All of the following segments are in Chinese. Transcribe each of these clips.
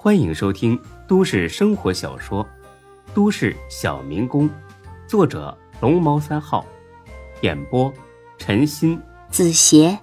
欢迎收听都市生活小说《都市小民工》，作者龙猫3号，演播陈鑫、 子邪。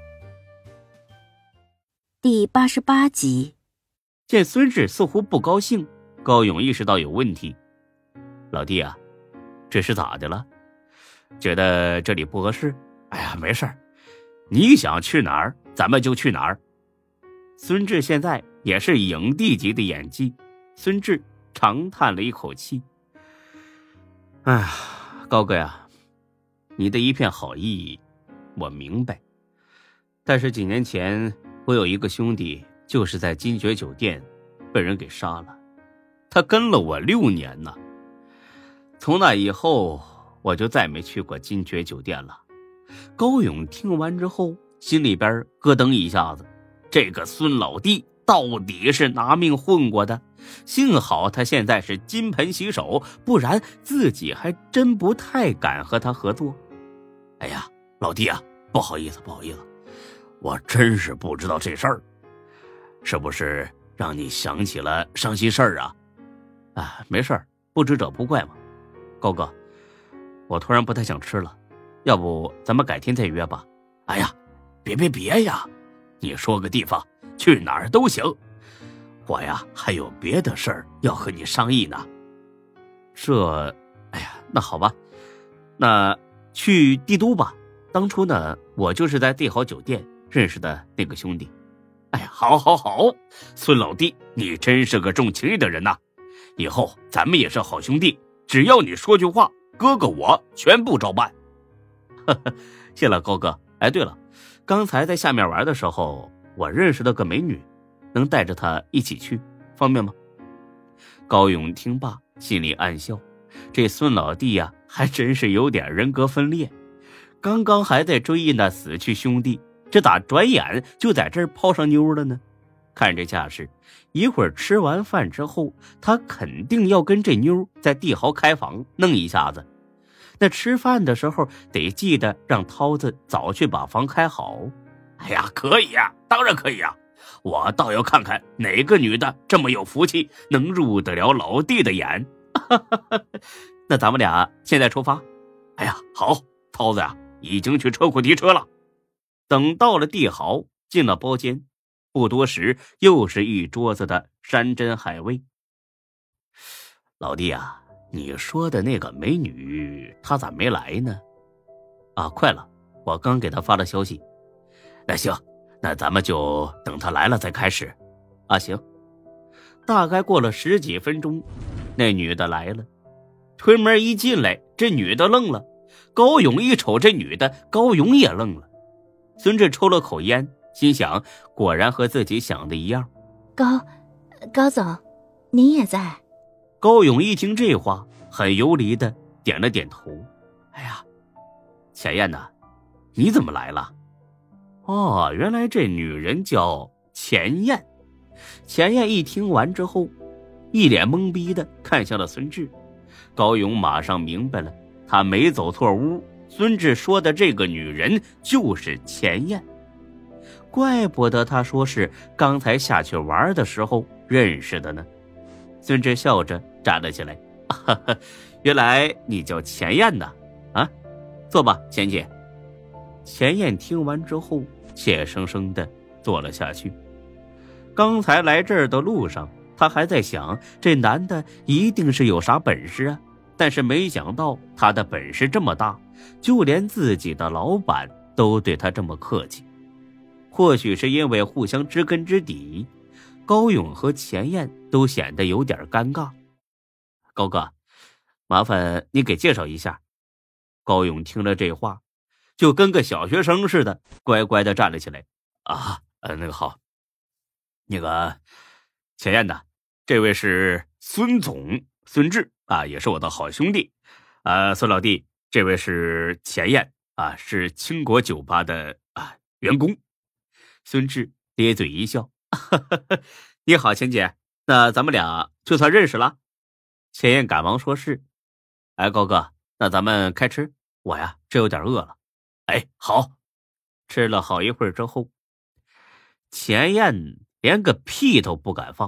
第88集。 见孙志似乎不高兴，高勇意识到有问题。老弟啊，这是咋的了？觉得这里不合适？哎呀，没事儿，你想去哪儿咱们就去哪儿。孙志现在也是影帝级的演技。孙志长叹了一口气，哎呀，高哥呀，你的一片好意我明白，但是几年前我有一个兄弟就是在金爵酒店被人给杀了，他跟了我6年呢。从那以后我就再没去过金爵酒店了。高勇听完之后心里边咯噔一下子，这个孙老弟到底是拿命混过的，幸好他现在是金盆洗手，不然自己还真不太敢和他合作。哎呀，老弟啊，不好意思，我真是不知道这事儿，是不是让你想起了伤心事儿啊？啊，没事儿，不知者不怪嘛。高哥，我突然不太想吃了，要不咱们改天再约吧？哎呀，别呀，你说个地方，去哪儿都行。我呀还有别的事儿要和你商议呢。哎呀，那好吧，那去帝都吧。当初呢，我就是在帝豪酒店认识的那个兄弟。哎呀，好，孙老弟，你真是个重情义的人呐。以后咱们也是好兄弟，只要你说句话，哥哥我全部照办。谢了高哥。哎，对了，刚才在下面玩的时候，我认识了个美女，能带着她一起去，方便吗？高勇听罢心里暗笑，这孙老弟呀，还真是有点人格分裂。刚刚还在追忆那死去兄弟，这咋转眼就在这儿泡上妞了呢？看这架势，一会儿吃完饭之后，他肯定要跟这妞在帝豪开房弄一下子。那吃饭的时候得记得让涛子早去把房开好。哎呀，可以呀，当然可以呀，我倒要看看哪个女的这么有福气，能入得了老弟的眼。那咱们俩现在出发。哎呀，好，涛子呀，已经去车库提车了。等到了帝豪，进了包间，不多时又是一桌子的山珍海味。老弟啊，你说的那个美女她咋没来呢？啊，快了，我刚给她发了消息。那行，那咱们就等她来了再开始。啊，行。大概过了10几分钟，那女的来了。推门一进来，这女的愣了。高勇一瞅这女的，高勇也愣了。孙志抽了口烟，心想果然和自己想的一样。 高总，您也在？ 高勇一听这话，很游离的点了点头。哎呀，钱燕呐，你怎么来了？哦，原来这女人叫钱燕。钱燕一听完之后，一脸懵逼的看向了孙志。高勇马上明白了，他没走错屋，孙志说的这个女人就是钱燕。怪不得他说是刚才下去玩的时候认识的呢。孙志笑着站了起来，原来你叫钱燕呐。啊，坐吧，钱姐。钱燕听完之后怯生生地坐了下去。刚才来这儿的路上，他还在想这男的一定是有啥本事啊，但是没想到他的本事这么大，就连自己的老板都对他这么客气。或许是因为互相知根知底，高勇和钱燕都显得有点尴尬。高哥，麻烦你给介绍一下。高勇听了这话，就跟个小学生似的，乖乖的站了起来。啊，那个好，那个钱燕的，这位是孙总，孙志啊，也是我的好兄弟。孙老弟，这位是钱燕啊，是倾国酒吧的员工。孙志咧嘴一笑，你好，钱姐，那咱们俩就算认识了。钱燕赶忙说是。哎，高哥，那咱们开吃，我呀这有点饿了。哎，好。吃了好一会儿之后，钱燕连个屁都不敢放，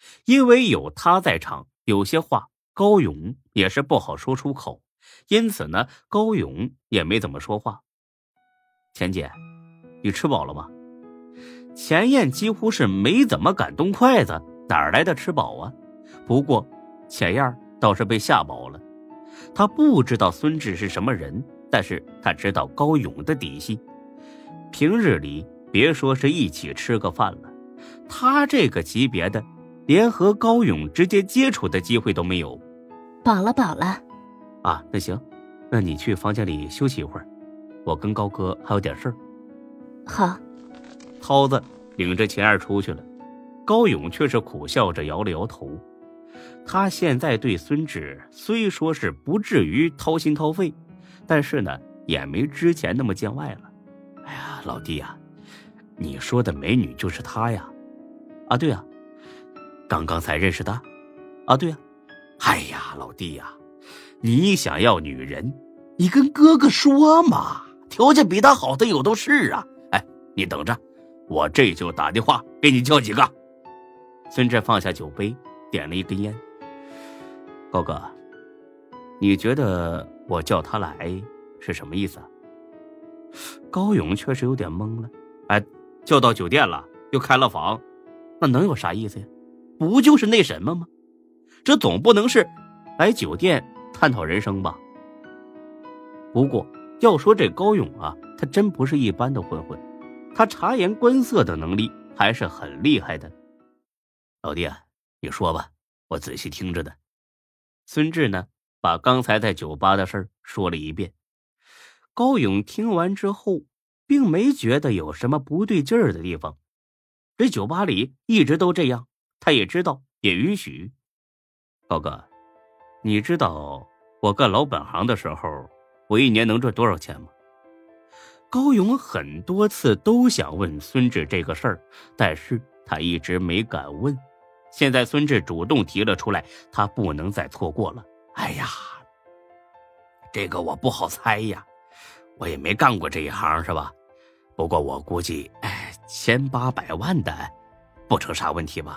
因为有他在场，有些话高勇也是不好说出口，因此呢，高勇也没怎么说话。钱姐，你吃饱了吗？钱燕几乎是没怎么敢动筷子，哪来的吃饱啊？不过钱燕倒是被吓饱了。他不知道孙志是什么人，但是他知道高勇的底细。平日里别说是一起吃个饭了，他这个级别的连和高勇直接接触的机会都没有。 饱了饱了。 啊，那行，那你去房间里休息一会儿，我跟高哥还有点事儿。 好。 涛子领着钱儿出去了，高勇却是苦笑着摇了摇头。他现在对孙志虽说是不至于掏心掏肺，但是呢也没之前那么见外了。哎呀，老弟呀，你说的美女就是她呀？啊，对呀。刚刚才认识的？啊，对呀。哎呀，老弟呀，你想要女人，你跟哥哥说嘛，条件比她好的有都是啊。哎，你等着，我这就打电话给你叫几个。孙志放下酒杯，点了一根烟。高哥，你觉得我叫他来是什么意思啊？高勇确实有点懵了。哎，叫到酒店了，又开了房，那能有啥意思呀？不就是那什么吗？这总不能是来酒店探讨人生吧？不过要说这高勇啊，他真不是一般的混混，他察言观色的能力还是很厉害的。老弟啊，你说吧，我仔细听着呢。孙志呢，把刚才在酒吧的事儿说了一遍。高勇听完之后，并没觉得有什么不对劲儿的地方。这酒吧里一直都这样，他也知道，也允许。高哥，你知道我干老本行的时候，我一年能赚多少钱吗？高勇很多次都想问孙志这个事儿，但是他一直没敢问。现在孙志主动提了出来，他不能再错过了。哎呀，这个我不好猜呀，我也没干过这一行，是吧？不过我估计，1800万的不成啥问题吧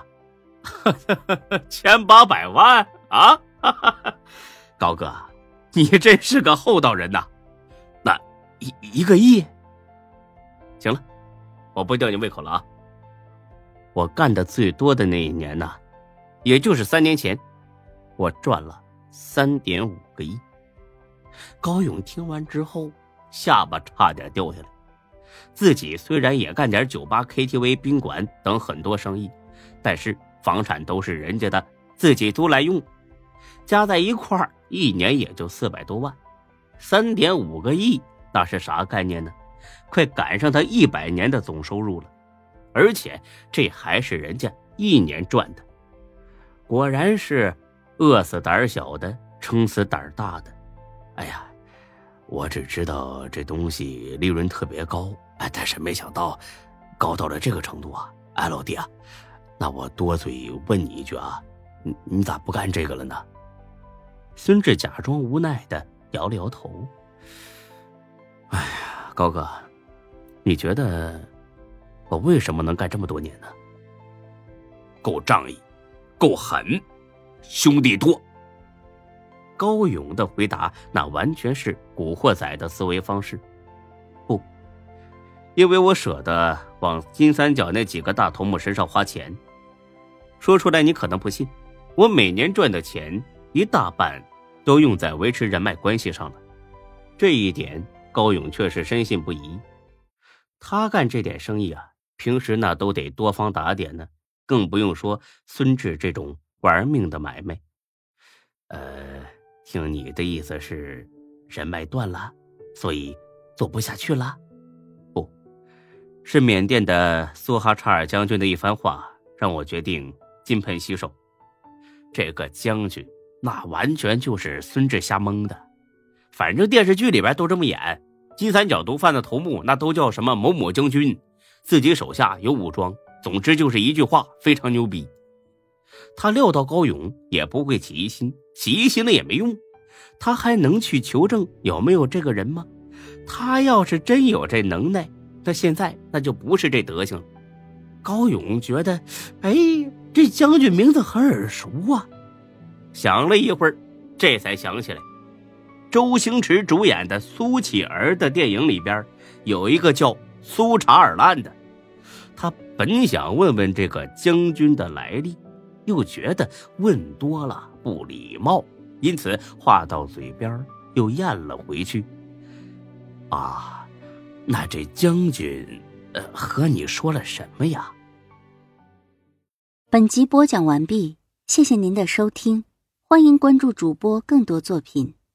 ？1800万啊！高哥，你真是个厚道人呐。那一个亿？行了，我不吊你胃口了啊。我干的最多的那一年呢，也就是3年前，我赚了3.5个亿。高勇听完之后，下巴差点掉下来。自己虽然也干点酒吧、KTV、宾馆等很多生意，但是房产都是人家的，自己租来用，加在一块儿，一年也就400多万。3.5个亿，那是啥概念呢？快赶上他100年的总收入了。而且这还是人家1年赚的。果然是饿死胆小的，撑死胆大的。哎呀，我只知道这东西利润特别高，但是没想到高到了这个程度啊！哎，老弟啊，那我多嘴问你一句啊，你咋不干这个了呢？孙志假装无奈的摇了摇头。哎呀，高哥，你觉得我为什么能干这么多年呢？够仗义，够狠，兄弟多。高勇的回答那完全是古惑仔的思维方式。不，因为我舍得往金三角那几个大头目身上花钱。说出来你可能不信，我每年赚的钱一大半都用在维持人脉关系上了。这一点高勇却是深信不疑。他干这点生意啊，平时那都得多方打点呢，更不用说孙志这种玩命的买卖。听你的意思是人脉断了，所以做不下去了？不，是缅甸的苏哈查尔将军的一番话让我决定金盆洗手。这个将军那完全就是孙志瞎蒙的，反正电视剧里边都这么演，金三角毒贩的头目那都叫什么某某将军，自己手下有武装，总之就是一句话，非常牛逼。他料到高勇也不会起疑心，起疑心了也没用，他还能去求证有没有这个人吗？他要是真有这能耐，那现在那就不是这德行了。高勇觉得， 这将军名字很耳熟啊。想了一会儿，这才想起来，周星驰主演的苏乞儿的电影里边有一个叫苏查尔烂的。他本想问问这个将军的来历，又觉得问多了不礼貌，因此话到嘴边又咽了回去。啊，那这将军和你说了什么呀？ 本集播讲完毕，谢谢您的收听，欢迎关注主播更多作品。